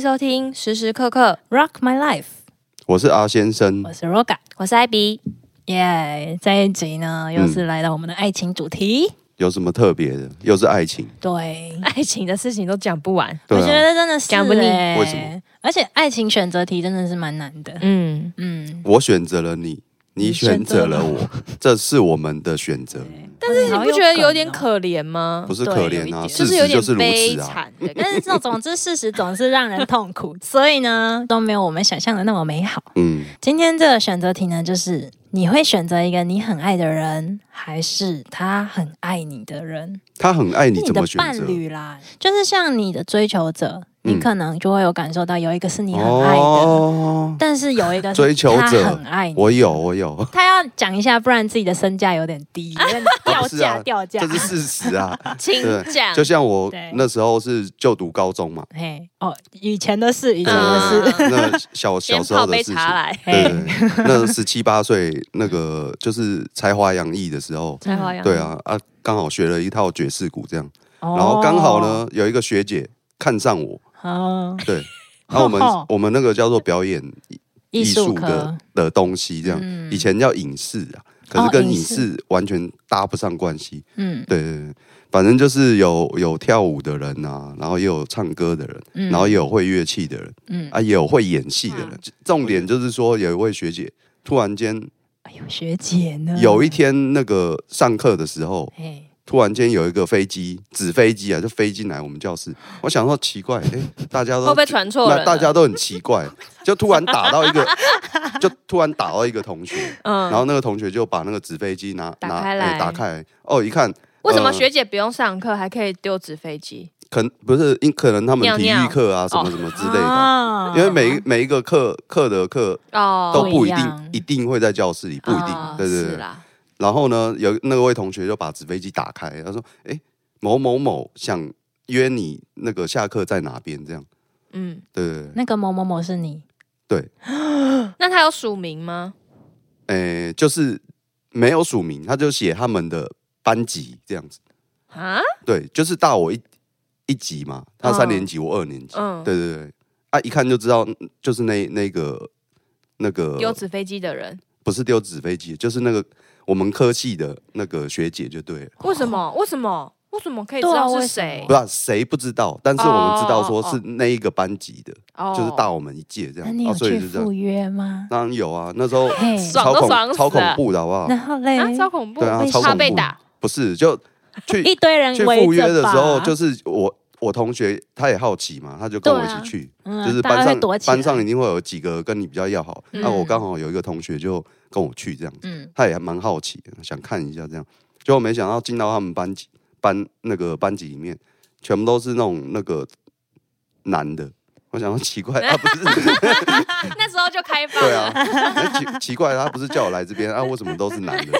收听时时刻刻 Rock My Life， 我是阿先生， 我是 Roga， 我是艾比。 耶！这一集呢，又是来到我们的爱情主题。 有什么特别的？又是爱情， 对， 爱情的事情都讲不完， 对啊， 我觉得真的是讲不腻为什么？ 而且爱情选择题真的是蛮难的。 我选择了你，你选择了我，这是我们的选择， 但是你不觉得有点可怜吗？ 不是可怜啊，事就是有点实就是如悲此啊。 惨的感觉。 但是这种总之事实总是让人痛苦，所以呢都没有我们想象的那么美好。今天这个选择题呢，就是你会选择一个你很爱的人，还是他很爱你的人？ 他很爱你， 你怎么选择？ 的伴侣啦，就是像你的追求者，你可能就会有感受到有一个是你很爱的，但是有一个是追求者他很爱你。 我有， 他要讲一下，不然自己的身价有点低，有点掉价，掉价。 这是事实啊。 请讲， 就像我那时候是就读高中嘛， 以前的事， 那小时候的事情，对，那17、18岁，那个就是才华洋溢的时候，对啊，刚好学了一套爵士鼓这样，然后刚好呢有一个学姐看上我，对，然后我们那个叫做表演艺术的东西这样，以前叫影视啊，可是跟影视完全搭不上关系，对，反正就是有跳舞的人啊，然后也有唱歌的人，然后也有会乐器的人，也有会演戏的人。重点就是说，有一位学姐突然间， 学姐呢？ 有一天那个上课的时候，突然间有一个飞机，纸飞机啊，就飞进来我们教室。我想说奇怪，大家都会不会传错了？ 大家都很奇怪，就突然打到一个同学，然后那个同学就把那个纸飞机打开来，一看。 为什么学姐不用上课还可以丢纸飞机？ 不是，可能他们体育课啊什么什么之类的，因为每一个课都不一定会在教室里，不一定，对。然后呢，有那位同学就把纸飞机打开，他说：“某某某想约你那个下课在哪边？”这样，对。 那个某某某是你？ 对。 那他有署名吗？ 就是没有署名，他就写他们的班级这样子啊，对，就是大我一级嘛，他3年级，我2年级，对，一看就知道就是那个丢纸飞机的人， 不是丢纸飞机，就是那个我们科系的那个学姐就对了。为什么可以知道是谁？ 不知道谁不知道，但是我们知道说是那一个班级的，就是大我们一届这样。 那你有去赴约吗？ 当然有啊，那时候超恐怖的好不好？ 然后嘞， 超恐怖， 对啊，超恐怖， 被打。 不是，就去一堆人去赴约的时候，就是我同学他也好奇嘛，他就跟我一起去，就是班上一定会有几个跟你比较要好，那我刚好有一个同学就跟我去这样子，他也蛮好奇，想看一下这样，结果没想到进到他们班级里面，全部都是那个男的。我想说奇怪，他不是那时候就开放了。 对啊，奇怪，他不是叫我来这边啊？为什么都是男的？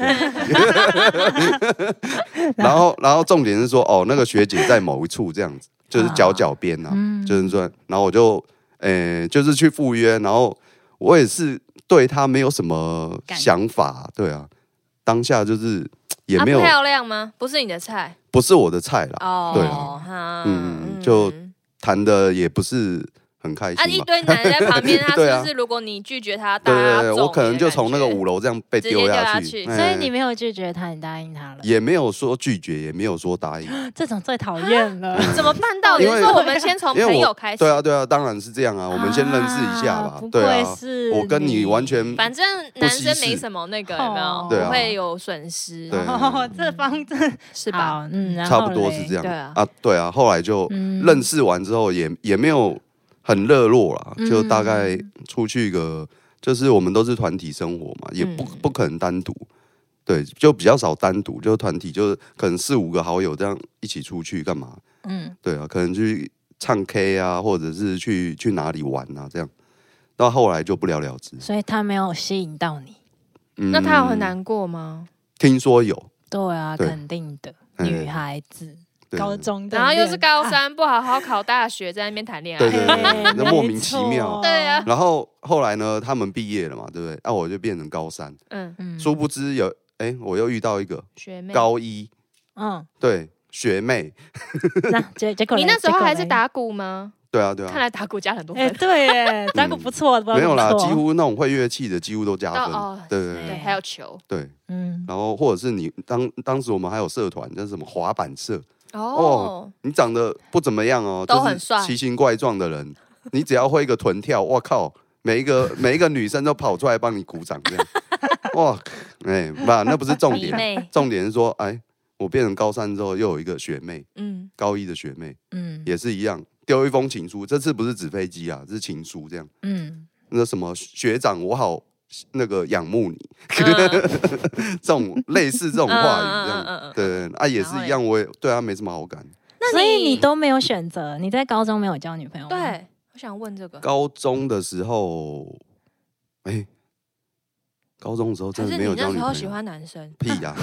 然后重点是说，那个学姐在某一处这样子，就是脚边啊，就是说，然后我就就是去赴约，然后我也是对他没有什么想法，对啊，当下就是也没有漂亮吗？不是你的菜， 不是我的菜啦，对啊，就谈的也不是很开心， 一堆男人在旁边，他是不是如果你拒绝他，对， 我可能就从那个5楼这样被丢下去， 所以你没有拒绝他，你答应他了， 也没有说拒绝，也没有说答应， 这种最讨厌了， 怎么办到？你说我们先从朋友开始， 对啊，当然是这样啊，我们先认识一下吧，对啊，我跟你完全， 反正男生没什么那个有没有，不会有损失， 这方是吧？ 差不多是这样啊，对啊，后来就认识完之后也没有。很热络啦，就大概出去就是我们都是团体生活嘛，也不可能单独，对，就比较少单独，就团体就是可能4、5个好友这样一起出去干嘛？对啊，可能去唱 K 啊，或者是去哪里玩啊，这样，到后来就不了了之。 所以他没有吸引到你， 那他有很难过吗？ 听说有， 对啊，肯定的，女孩子。高中的， 然后又是高3，不好好考大学，在那边谈恋爱， 对，那莫名其妙。 对啊。 然后后来呢，他们毕业了嘛，对不对？我就变成高3，殊不知我又遇到一个学妹， 高1，对，学妹。 那结果你那时候还是打鼓吗？ 对啊，对啊。 看来打鼓加很多分。 对耶，打鼓不错， 没有啦，几乎那种会乐器的几乎都加分。对， 还有球。 对，然后或者是你当时我们还有社团，叫什么滑板社。哦，你长得不怎么样哦， 都很帅， 奇形怪状的人，你只要会一个臀跳，我靠，每一个女生都跑出来帮你鼓掌这样。哇，那不是重点，重点是说，我变成高3之后，又有一个学妹，高1的学妹，也是一样，丢一封情书，这次不是纸飞机啊，这是情书这样，那什么学长，我好那个仰慕你，这种类似这种话语这样，对也是一样，我也对他没什么好感。 所以你都没有选择，你在高中没有交女朋友吗？ 对，我想问这个。 高中的时候，高中的时候真的没有交女朋友。 可是你那时候喜欢男生？ 屁呀！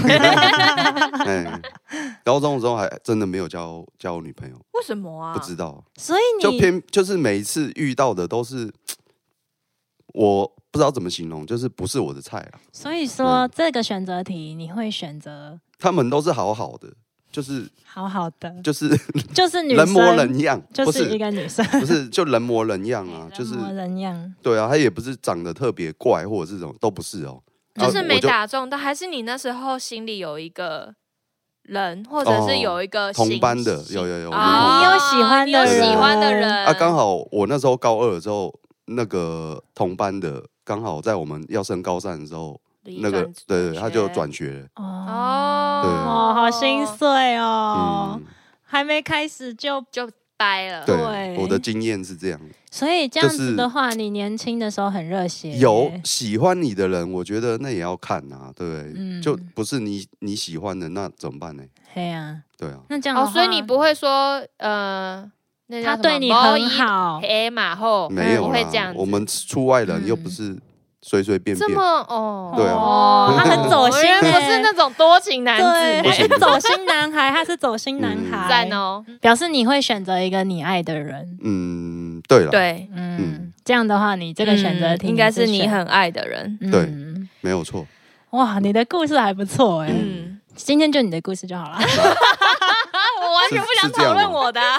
高中的时候还真的没有交女朋友。 为什么啊？ 不知道。 所以你就是每一次遇到的都是我不知道怎么形容，就是不是我的菜啊。 所以说这个选择题你会选择？ 他们都是好好的。就是好好的， 就是女生人模人样， 就是一个女生， 不是就人模人样啊，就是人模人样。 对啊，她也不是长得特别怪或者是这种，都不是哦， 就是没打中。但还是你那时候心里有一个人，或者是有一个同班的，有， 你有喜欢的人啊。刚好我那时候高2的时候，那个同班的刚好在我们要升高3的时候。那个对，他就转学了哦，好心碎哦，还没开始就掰了。 对，我的经验是这样。 所以这样子的话，你年轻的时候很热血， 有喜欢你的人，我觉得那也要看啊，对不对？就不是你喜欢的，那怎么办呢？ 对啊， 对啊。 那这样的话， 所以你不会说他对你很好， 黑马后没有不会这样子。 我们出外人又不是。随便便这么对啊， 他很走心， 不是那种多情男子， 走心男孩，他是走心男孩， 赞哦， 表示你会选择一个你爱的人， 对了， 对， 这样的话，你这个选择题应该是你很爱的人， 对，没有错。 哇，你的故事还不错今天就你的故事就好了， 我完全不想讨论我的。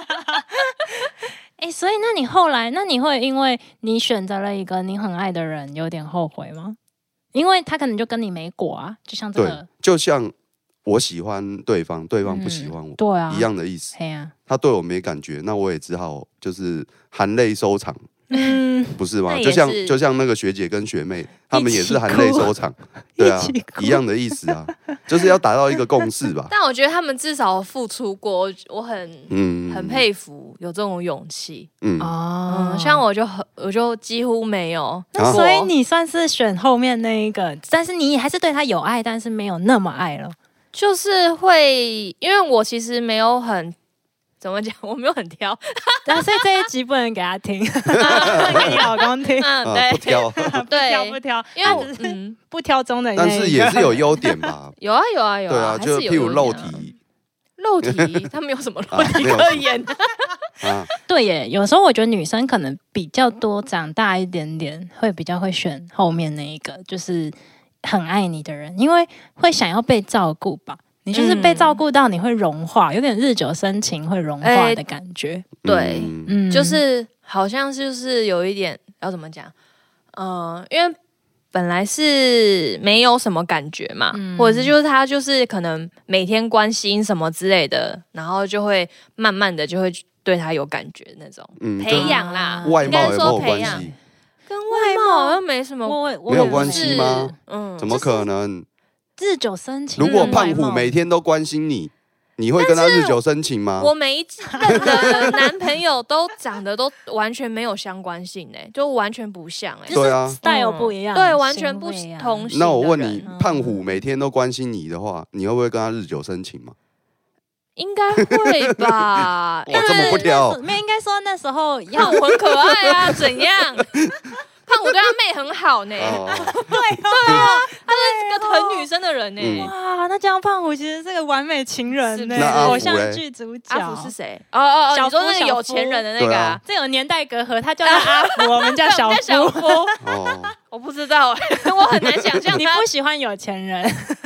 所以那你后来，那你会因为你选择了一个你很爱的人，有点后悔吗？因为他可能就跟你没果啊，就像这个， 对，就像我喜欢对方，对方不喜欢我， 对啊， 一样的意思。 啊， 他对我没感觉，那我也只好就是含泪收场。不是吗？就像那个学姐跟学妹，他们也是含泪收场，对啊，一样的意思啊，就是要达到一个共识吧。 但我觉得他们至少付出过，我很佩服有这种勇气。像我就几乎没有。 那所以你算是选后面那一个，但是你还是对他有爱，但是没有那么爱了。 就是会，因为我其实没有很。怎么讲？我没有很挑， 所以这一集不能给他听，给你老公听。 对， 不挑， 不挑，因为我不挑中的。 但是也是有优点吧？ 有啊。 对啊，就譬如肉体， 他们有什么肉体可言？ 对耶，有时候我觉得女生可能比较多，长大一点点会比较会选后面那一个，就是很爱你的人，因为会想要被照顾吧。你就是被照顾到，你会融化，有点日久生情会融化的感觉。 对，就是好像就是有一点要怎么讲？因为本来是没有什么感觉嘛，或者是就是他就是可能每天关心什么之类的，然后就会慢慢的就会对他有感觉那种，培养啦， 外貌有没有关系？ 跟外貌好像没什么， 没有关系吗？怎么可能？ 日久生情。 如果胖虎每天都关心你，你会跟他日久生情吗？ 我每一任的男朋友都长得都完全没有相关性就完全不像对啊 ，style 不一样， 对，完全不同型。 那我问你，胖虎每天都关心你的话，你会不会跟他日久生情吗？ 应该会吧。 哇，这么不挑？ 没，应该说那时候胖虎很可爱啊，怎样？胖虎对他妹很好呢，对啊，他是个疼女生的人呢。 哇，那这样胖虎其实是个完美情人呢，偶像剧主角。 阿福是谁？哦，你说那个有钱人的那个啊？ 这有年代隔阂，他叫他阿福，我们叫小夫。 我不知道我很难想象。 你不喜欢有钱人？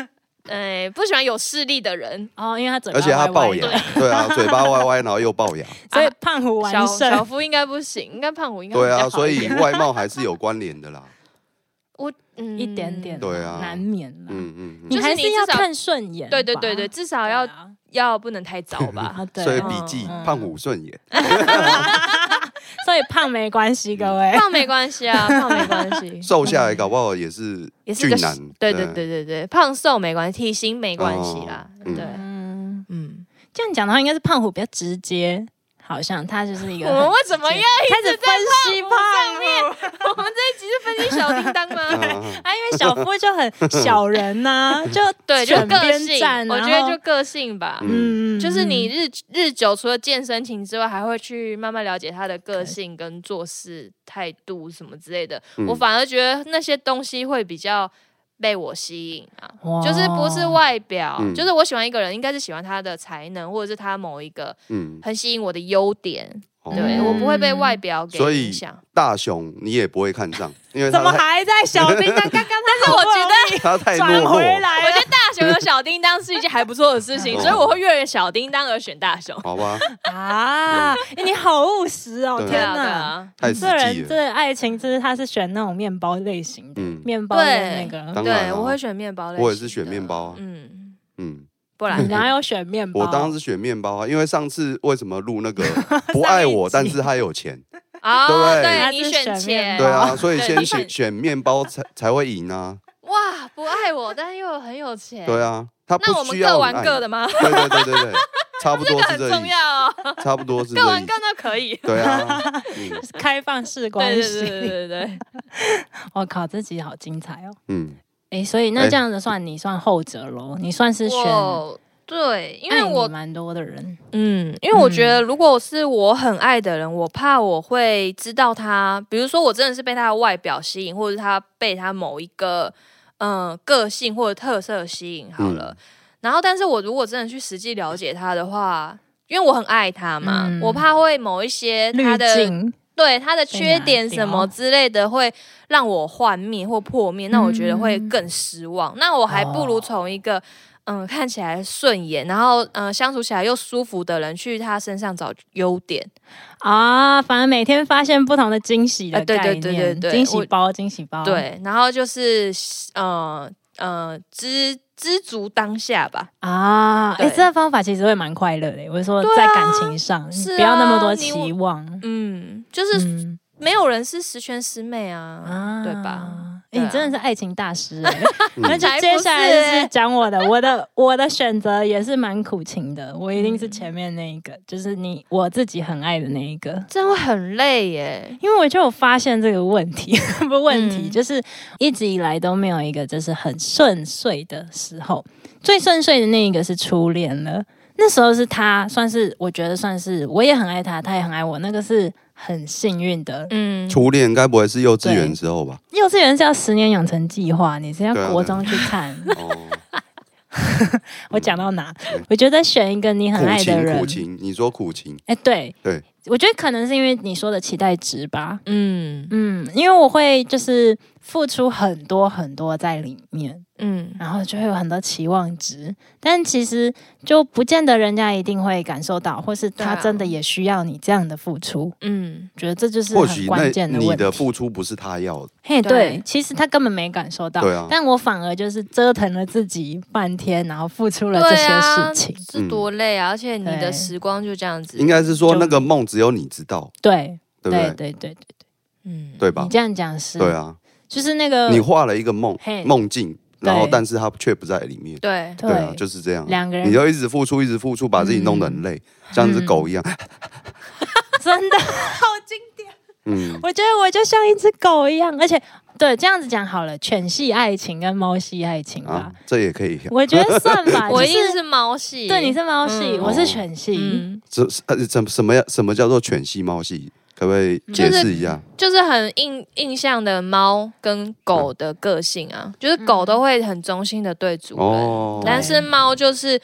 不喜欢有势力的人哦，因为他嘴巴而且他龅牙，对啊，嘴巴歪歪，然后又龅牙， 所以胖虎完胜。 小夫应该不行，应该胖虎应该对啊，所以外貌还是有关联的啦。 一点点， 对啊， 难免啦。你还是要看顺眼。 对，至少要不能太早吧。 所以笔记胖虎顺眼。 所以胖没关系，各位， 胖没关系啊，胖没关系， 瘦下来搞不好也是俊男。 对，胖瘦没关系，体型没关系啦。对， 这样讲的话，应该是胖虎比较直接。好像他就是一个， 我们为什么要开始分析胖虎？我们这一集是分析小叮当吗？ 因为小夫就很小人呐，就对，就个性，我觉得就个性吧。就是你日久，除了健身情之外，还会去慢慢了解他的个性跟做事态度什么之类的。我反而觉得那些东西会比较被我吸引啊，就是不是外表，就是我喜欢一个人，应该是喜欢他的才能，或者是他某一个很吸引我的优点。对，我不会被外表给影响。 大雄你也不会看上，因为怎么还在小叮当？刚刚，但是我觉得他太落后。 我觉得大雄有小叮当是一件还不错的事情，所以我会为了小叮当而选大雄。 好吧？ 你好务实哦！天哪， 太实际了。 这爱情，就是他是选那种面包类型的，面包的那个。 对，我会选面包类型。 我也是选面包啊。 不然你哪有选面包？ 我当然是选面包啊，因为上次为什么录那个不爱我，但是他有钱，对不对？ 对，你选钱， 对啊，所以先选面包才会赢啊。 哇，不爱我，但又很有钱。 对啊，他不需要。 那我们各玩各的吗？ 对，差不多是这个意思。 很重要哦。 差不多是各玩各都可以。 对啊， 开放式关系。 对。 我靠，这集好精彩哦。所以那这样子你算后者咯，你算是选对，因为我蛮多的人， 因为我觉得如果是我很爱的人，我怕我会知道他，比如说我真的是被他的外表吸引，或者是他被他某一个个性或者特色吸引好了，然后但是我如果真的去实际了解他的话，因为我很爱他嘛，我怕会某一些他的对他的缺点什么之类的会让我幻灭或破灭，那我觉得会更失望。那我还不如从一个看起来顺眼，然后相处起来又舒服的人去他身上找优点啊，反而每天发现不同的惊喜的概念，对，惊喜包， 对，然后就是知足当下吧。 这个方法其实会蛮快乐的。我是说，在感情上，不要那么多期望。 就是没有人是十全十美啊，对吧？ 你真的是爱情大师那就接下来是讲我的选择也是蛮苦情的，我一定是前面那一个，就是我自己很爱的那一个， 这样会很累耶。 因为我就有发现这个问题，就是一直以来都没有一个就是很顺遂的时候，最顺遂的那一个是初恋了。那时候是他，我觉得算是我也很爱他，他也很爱我，那个是很幸运的。 初恋该不会是幼稚园时候吧？ 幼稚园是要10年养成计划，你是要国中去看。我讲到哪？我觉得选一个你很爱的人， 苦情，你说苦情， 对，我觉得可能是因为你说的期待值吧。因为我会就是付出很多很多在里面。然后就会有很多期望值，但其实就不见得人家一定会感受到，或是他真的也需要你这样的付出。觉得这就是很关键的问题。 或许你的付出不是他要的。对，其实他根本没感受到。但我反而就是折腾了自己半天，然后付出了这些事情， 是多累啊！而且你的时光就这样子。 应该是说那个梦只有你知道。 对， 对不对， 对吧？ 你这样讲是。 对啊， 就是那个你画了一个梦境。然后，但是他却不在里面。 对啊，就是这样。 两个人， 你就一直付出，把自己弄得很累，像只狗一样。 真的好经典。我觉得我就像一只狗一样，而且对这样子讲好了，犬系爱情跟猫系爱情吧， 这也可以。 我觉得算吧， 我一定是猫系。 对，你是猫系，我是犬系。 什么叫做犬系猫系？可不可以解释一下？ 就是很印象的猫跟狗的个性啊，就是狗都会很忠心的对主人，但是猫就是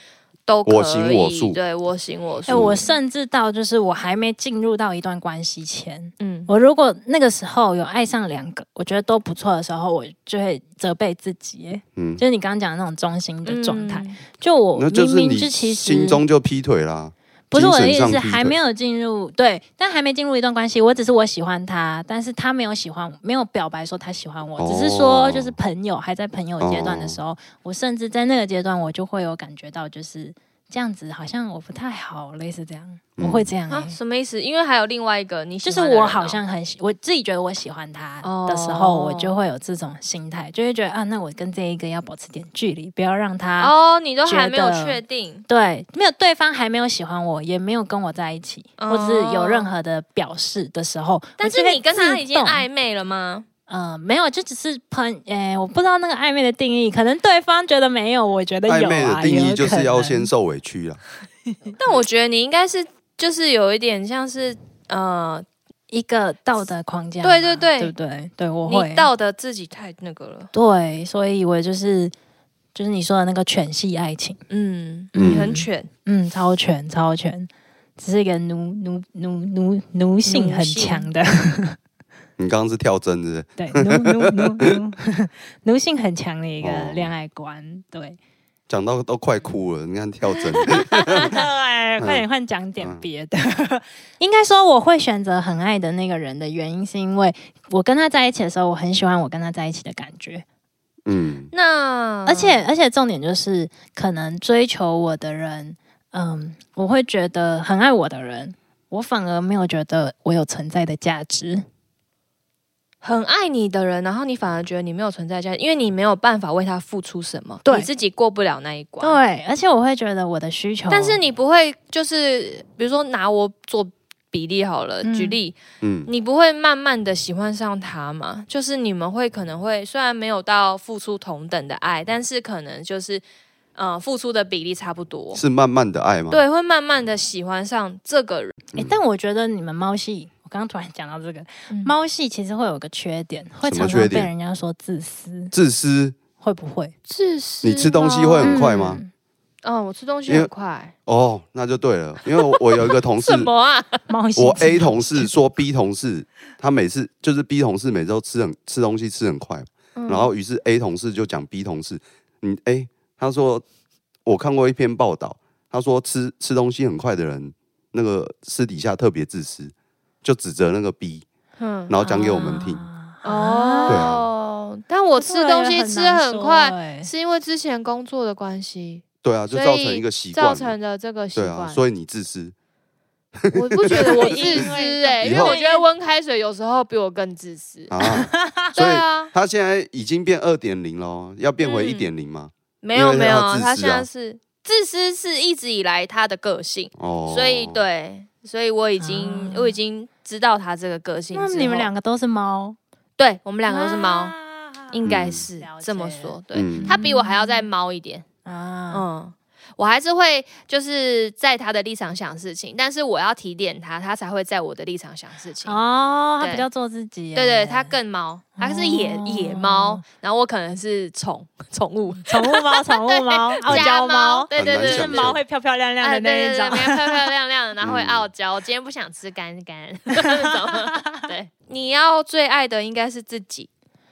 都可以， 我行我素， 对，我行我素。 我甚至到就是我还没进入到一段关系前，我如果那个时候有爱上2个，我觉得都不错的时候，我就会责备自己，就是你刚刚讲的那种中心的状态，就我明明就其实心中就劈腿啦。 不是我的意思是还没有进入对，但还没进入一段关系，我只是我喜欢他，但是他没有喜欢，没有表白说他喜欢我，只是说就是朋友，还在朋友阶段的时候，我甚至在那个阶段我就会有感觉到就是这样子好像我不太好，类似这样，我会这样什么意思？因为还有另外一个你喜欢的人就是我好像我自己觉得我喜欢他的时候，我就会有这种心态，就会觉得那我跟这一个要保持点距离，不要让他你都还没有确定， 对，没有对方还没有喜欢我，也没有跟我在一起，或是有任何的表示的时候， 但是你跟他已经暧昧了吗？ 没有，就只是我不知道那个暧昧的定义，可能对方觉得没有，我觉得有暧昧的定义就是要先受委屈啦。 但我觉得你应该是就是有一点像是一个道德框架， 对对对， 对不对？对，我会你道德自己太那个了， 对，所以我就是你说的那个犬系爱情， 你很犬， 超犬，只是一个奴性很强的。 你刚刚是跳针是不是？对，奴性很强的一个恋爱观。对， 讲到都快哭了，你看跳针。 对，快点换讲点别的。应该说，我会选择很爱的那个人的原因，是因为我跟他在一起的时候，我很喜欢我跟他在一起的感觉。 那而且重点就是，可能追求我的人，我会觉得很爱我的人，我反而没有觉得我有存在的价值。 很爱你的人，然后你反而觉得你没有存在价值，因为你没有办法为他付出什么，你自己过不了那一关。 对，而且我会觉得我的需求， 但是你不会就是比如说拿我做比例好了，举例，你不会慢慢的喜欢上他吗？就是你们可能会虽然没有到付出同等的爱，但是可能就是付出的比例差不多， 是慢慢的爱吗？ 对，会慢慢的喜欢上这个人。 但我觉得你们猫系。刚刚突然讲到这个，猫系其实会有个缺点，会常常被人家说自私。 自私会不会？ 自私？ 你吃东西会很快吗？ 我吃东西很快。 那就对了，因为我有一个同事， 什么啊？ 我 A 同事说 B 同事，他每次就是 B 同事每次都吃东西吃很快，然后于是 A 同事就讲 B 同事，他说我看过一篇报道，他说吃东西很快的人，那个私底下特别自私。就指责那个 B，然后讲给我们听。 对啊，但我吃东西吃很快，是因为之前工作的关系。 对啊，就造成一个习惯， 造成的这个习惯。 对啊，所以你自私。 我不觉得我自私因为我觉得温开水有时候比我更自私啊。所以他现在已经变2.0了，要变回1.0吗？ 没有，他现在是自私，是一直以来他的个性。所以对。所以我已经知道他这个个性之后。 那你们2个都是猫？ 对，我们2个都是猫，应该是这么说。对，他比我还要再猫一点我还是会就是在他的立场想事情，但是我要提点他，他才会在我的立场想事情。 他比较做自己。 对，他更猫，他是野猫，然后我可能是宠物猫，傲娇猫。 对， 是猫会漂漂亮亮的那一种， 漂漂亮亮的，然后会傲娇。我今天不想吃干那种。对，你要最爱的应该是自己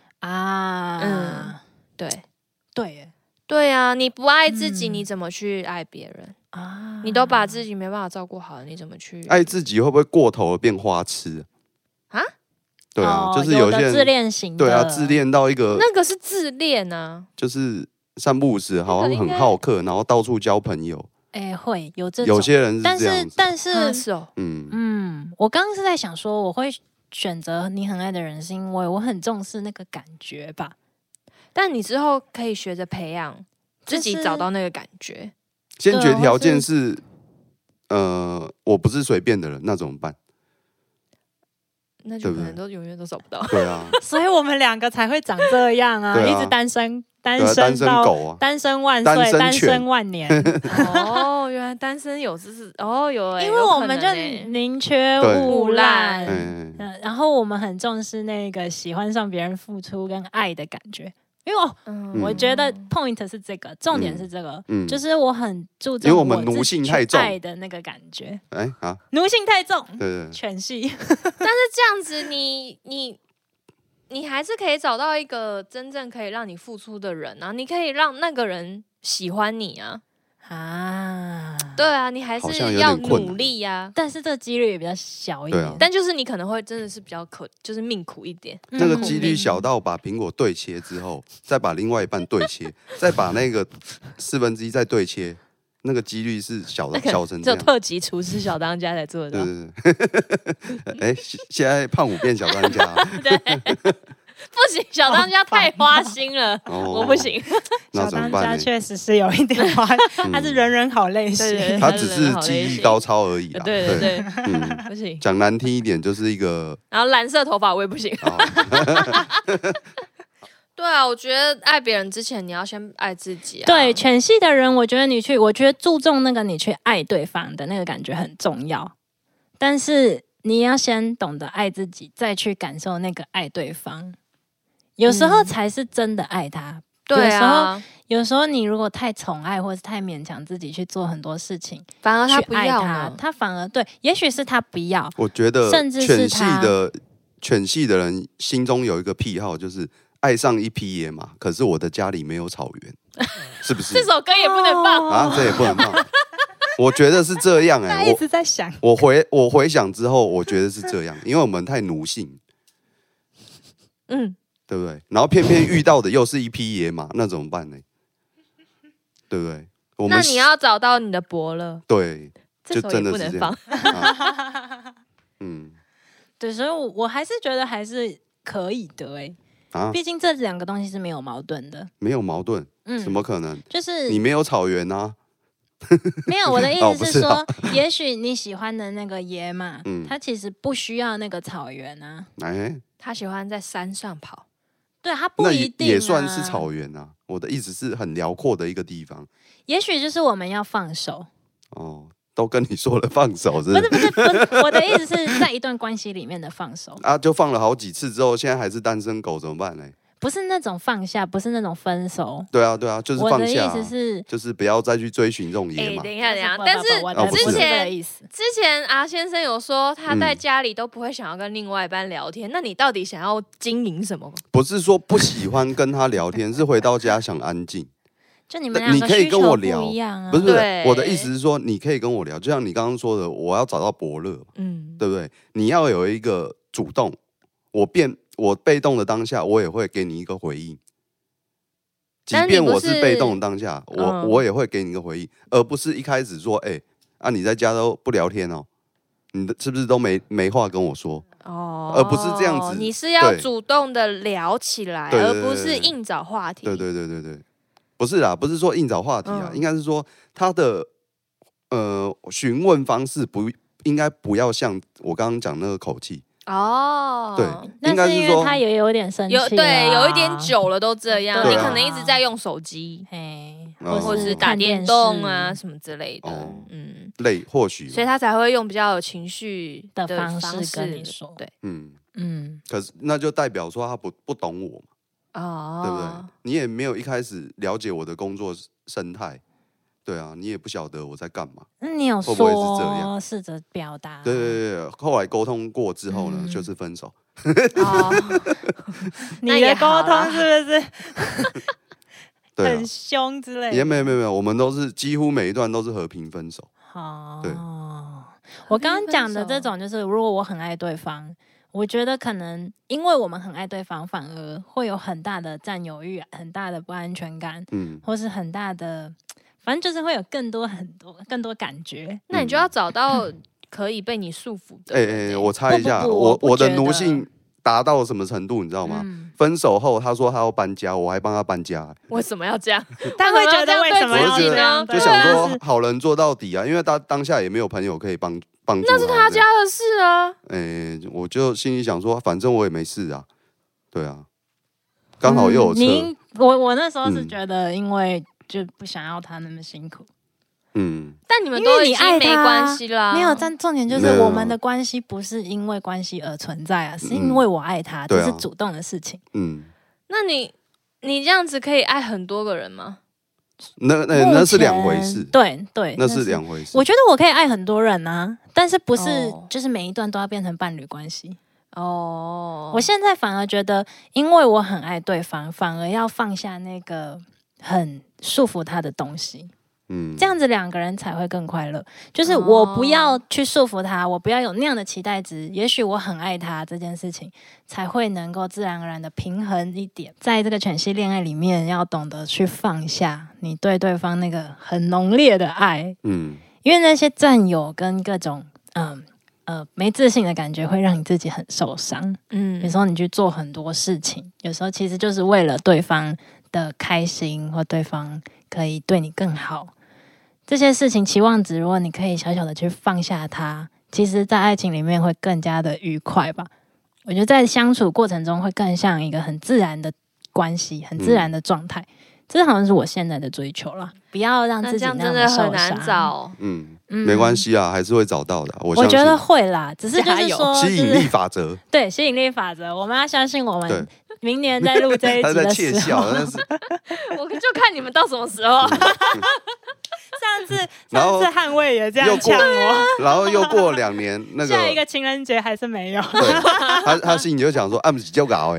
对啊，你不爱自己，你怎么去爱别人啊？你都把自己没办法照顾好了，你怎么去爱自己？会不会过头了变花痴啊？ 对啊，就是有些人自恋型的， 对啊，自恋到一个那个是自恋啊， 就是3不5时好像很好客，然后到处交朋友。 会有这种， 有些人是这样子， 但是是哦， 我刚刚是在想说，我会选择你很爱的人，是因为我很重视那个感觉吧。 但你之后可以学着培养自己找到那个感觉。 先决条件是，我不是随便的人，那怎么办？ 那就可能都永远都找不到。 对啊， 所以我们2个才会长这样啊，一直单身到狗啊， 单身万岁，单身万年。 原来单身有就是有因为我们就宁缺毋滥，然后我们很重视那个喜欢上别人付出跟爱的感觉。 因为我觉得 point 是这个，重点是这个，就是我很注重， 因为我们奴性太重， 爱的那个感觉， 奴性太重， 对， 犬系。 但是这样子，你还是可以找到一个真正可以让你付出的人啊，你可以让那个人喜欢你啊。对啊，你还是要努力啊， 但是这个几率也比较小一点。 但就是你可能会真的是比较就是命苦一点。 那个几率小到把苹果对切之后，再把另外一半对切，再把那个1/4再对切，那个几率是小成这样。 只有特级厨师小当家才做得到。 对。现在胖虎变小当家。 对。不行，小当家太花心了，我不行。 小当家确实是有一点花，他是人人好类型， 他只是技艺高超而已啦。 对，不行。 讲难听一点，就是一个。 然后蓝色头发我也不行。对啊，我觉得爱别人之前，你要先爱自己啊。 对，犬系的人，我觉得注重那个你去爱对方的那个感觉很重要，但是你要先懂得爱自己，再去感受那个爱对方。有时候才是真的爱他。 对啊， 有时候你如果太宠爱或是太勉强自己去做很多事情， 反而他不要他反而对，也许是他不要。 我觉得甚至是犬系的人心中有一个癖好，就是爱上一匹野马，可是我的家里没有草原，是不是？ 这首歌也不能放啊，这也不能放。我觉得是这样他一直在想。 我回想之后，我觉得是这样，因为我们太奴性。对不对？然后偏偏遇到的又是一匹野马，那怎么办呢？对不对？ 那你要找到你的伯乐。 对， 就真的是这样。 对，所以我还是觉得还是可以的毕竟这两个东西是没有矛盾的。 没有矛盾？怎么可能？ 就是你没有草原啊。 没有，我的意思是说，也许你喜欢的那个野马，它其实不需要那个草原啊。 他喜欢在山上跑。 对，它不一定也算是草原啊。我的意思是很辽阔的一个地方。 也许就是我们要放手。 都跟你说了放手， 不是，我的意思是在一段关系里面的放手啊，就放了好几次之后，现在还是单身狗怎么办呢？ 不是那种放下，不是那种分手。 对啊，就是放下。我的意思是， 就是不要再去追寻这种野马。 等一下，但是之前阿先生有说他在家里都不会想要跟另外一半聊天，那你到底想要经营什么？ 不是说不喜欢跟他聊天，是回到家想安静。 就你们两个需求不一样啊。 不是，我的意思是说，你可以跟我聊，就像你刚刚说的，我要找到伯乐，对不对？你要有一个主动，我被动的当下，我也会给你一个回应。即便我是被动的当下，我也会给你一个回应，而不是一开始说，你在家都不聊天哦，你是不是都没话跟我说？而不是这样子。 你是要主动的聊起来，而不是硬找话题。 对，不是啦，不是说硬找话题啊，应该是说他的询问方式应该不要像我刚刚讲那个口气。 对，应该是说他也有点生气， 对，有一点久了都这样，你可能一直在用手机，或者是打电动啊什么之类的， 累或许， 所以他才会用比较有情绪的方式跟你说， 对， 可是那就代表说他不懂我嘛，对不对？你也没有一开始了解我的工作生态。对啊，你也不晓得我在干嘛。 你有说会不会是这样？ 试着表达。 对，后来沟通过之后呢，就是分手。 你的沟通是不是很凶之类的？ 也没有，我们都是几乎每一段都是和平分手。对， 我刚刚讲的这种，就是如果我很爱对方，我觉得可能因为我们很爱对方，反而会有很大的占有欲、很大的不安全感，或是很大的。反正就是会有更多感觉， 那你就要找到可以被你束缚的。 我猜一下，我的奴性达到什么程度，你知道吗？分手后他说他要搬家，我还帮他搬家。 为什么要这样？ 他会觉得为什么要这样？ 就想说好人做到底啊，因为他当下也没有朋友可以帮助他。 那是他家的事啊。 我就心里想说，反正我也没事啊。对啊，刚好又有车。 我那时候是觉得，因为。就不想要他那么辛苦， 但你们都已经没关系啦。 没有，但重点就是我们的关系不是因为关系而存在啊，是因为我爱他，这是主动的事情。 那你你这样子可以爱很多个人吗？ 那是两回事。 对， 那是两回事。 我觉得我可以爱很多人啊，但是不是就是每一段都要变成伴侣关系。我现在反而觉得，因为我很爱对方，反而要放下那个很束缚他的东西。这样子两个人才会更快乐。就是我不要去束缚他，我不要有那样的期待值。也许我很爱他这件事情，才会能够自然而然的平衡一点。在这个犬系恋爱里面，要懂得去放下你对对方那个很浓烈的爱。因为那些占有跟各种没自信的感觉，会让你自己很受伤。有时候你去做很多事情，有时候其实就是为了对方的开心，或对方可以对你更好。这些事情期望值，如果你可以小小的去放下它，其实在爱情里面会更加的愉快吧。我觉得在相处过程中会更像一个很自然的关系，很自然的状态。这好像是我现在的追求啦，不要让自己那么受伤。 真的很难找。 没关系啊，还是会找到的。我觉得会啦，只是就是说吸引力法则。 对，吸引力法则，我们要相信我们。明年在录这一集的时候，他在窃笑， 我就看你们到什么时候。 上次捍卫也这样呛我， 然后又过2年， 下一个情人节还是没有。 他心里就想说，不是就搞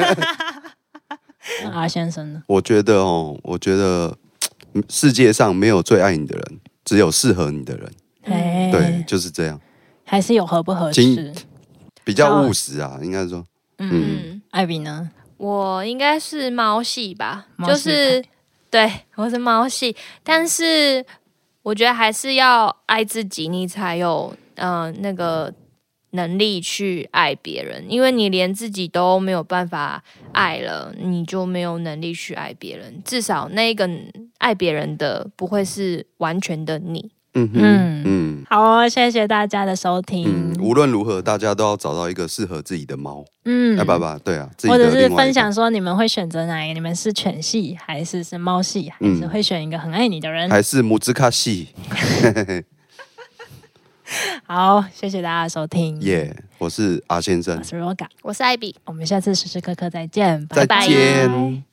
阿先生呢？ 我觉得世界上没有最爱你的人，只有适合你的人。对，就是这样。 还是有合不合适， 比较务实啊，应该说。 艾比呢？ 我应该是猫系吧，就是对，我是猫系，但是我觉得还是要爱自己，你才有那个能力去爱别人，因为你连自己都没有办法爱了，你就没有能力去爱别人。至少那个爱别人的不会是完全的你。 好哦，谢谢大家的收听。 无论如何，大家都要找到一个适合自己的猫。对啊， 或者是分享说你们会选择哪一个？你们是犬系，还是猫系，还是会选一个很爱你的人， 还是母子卡系？ 好，谢谢大家的收听。 我是阿先生， 我是 Roga， 我是艾比， 我们下次时时刻刻再见， 拜拜。再见。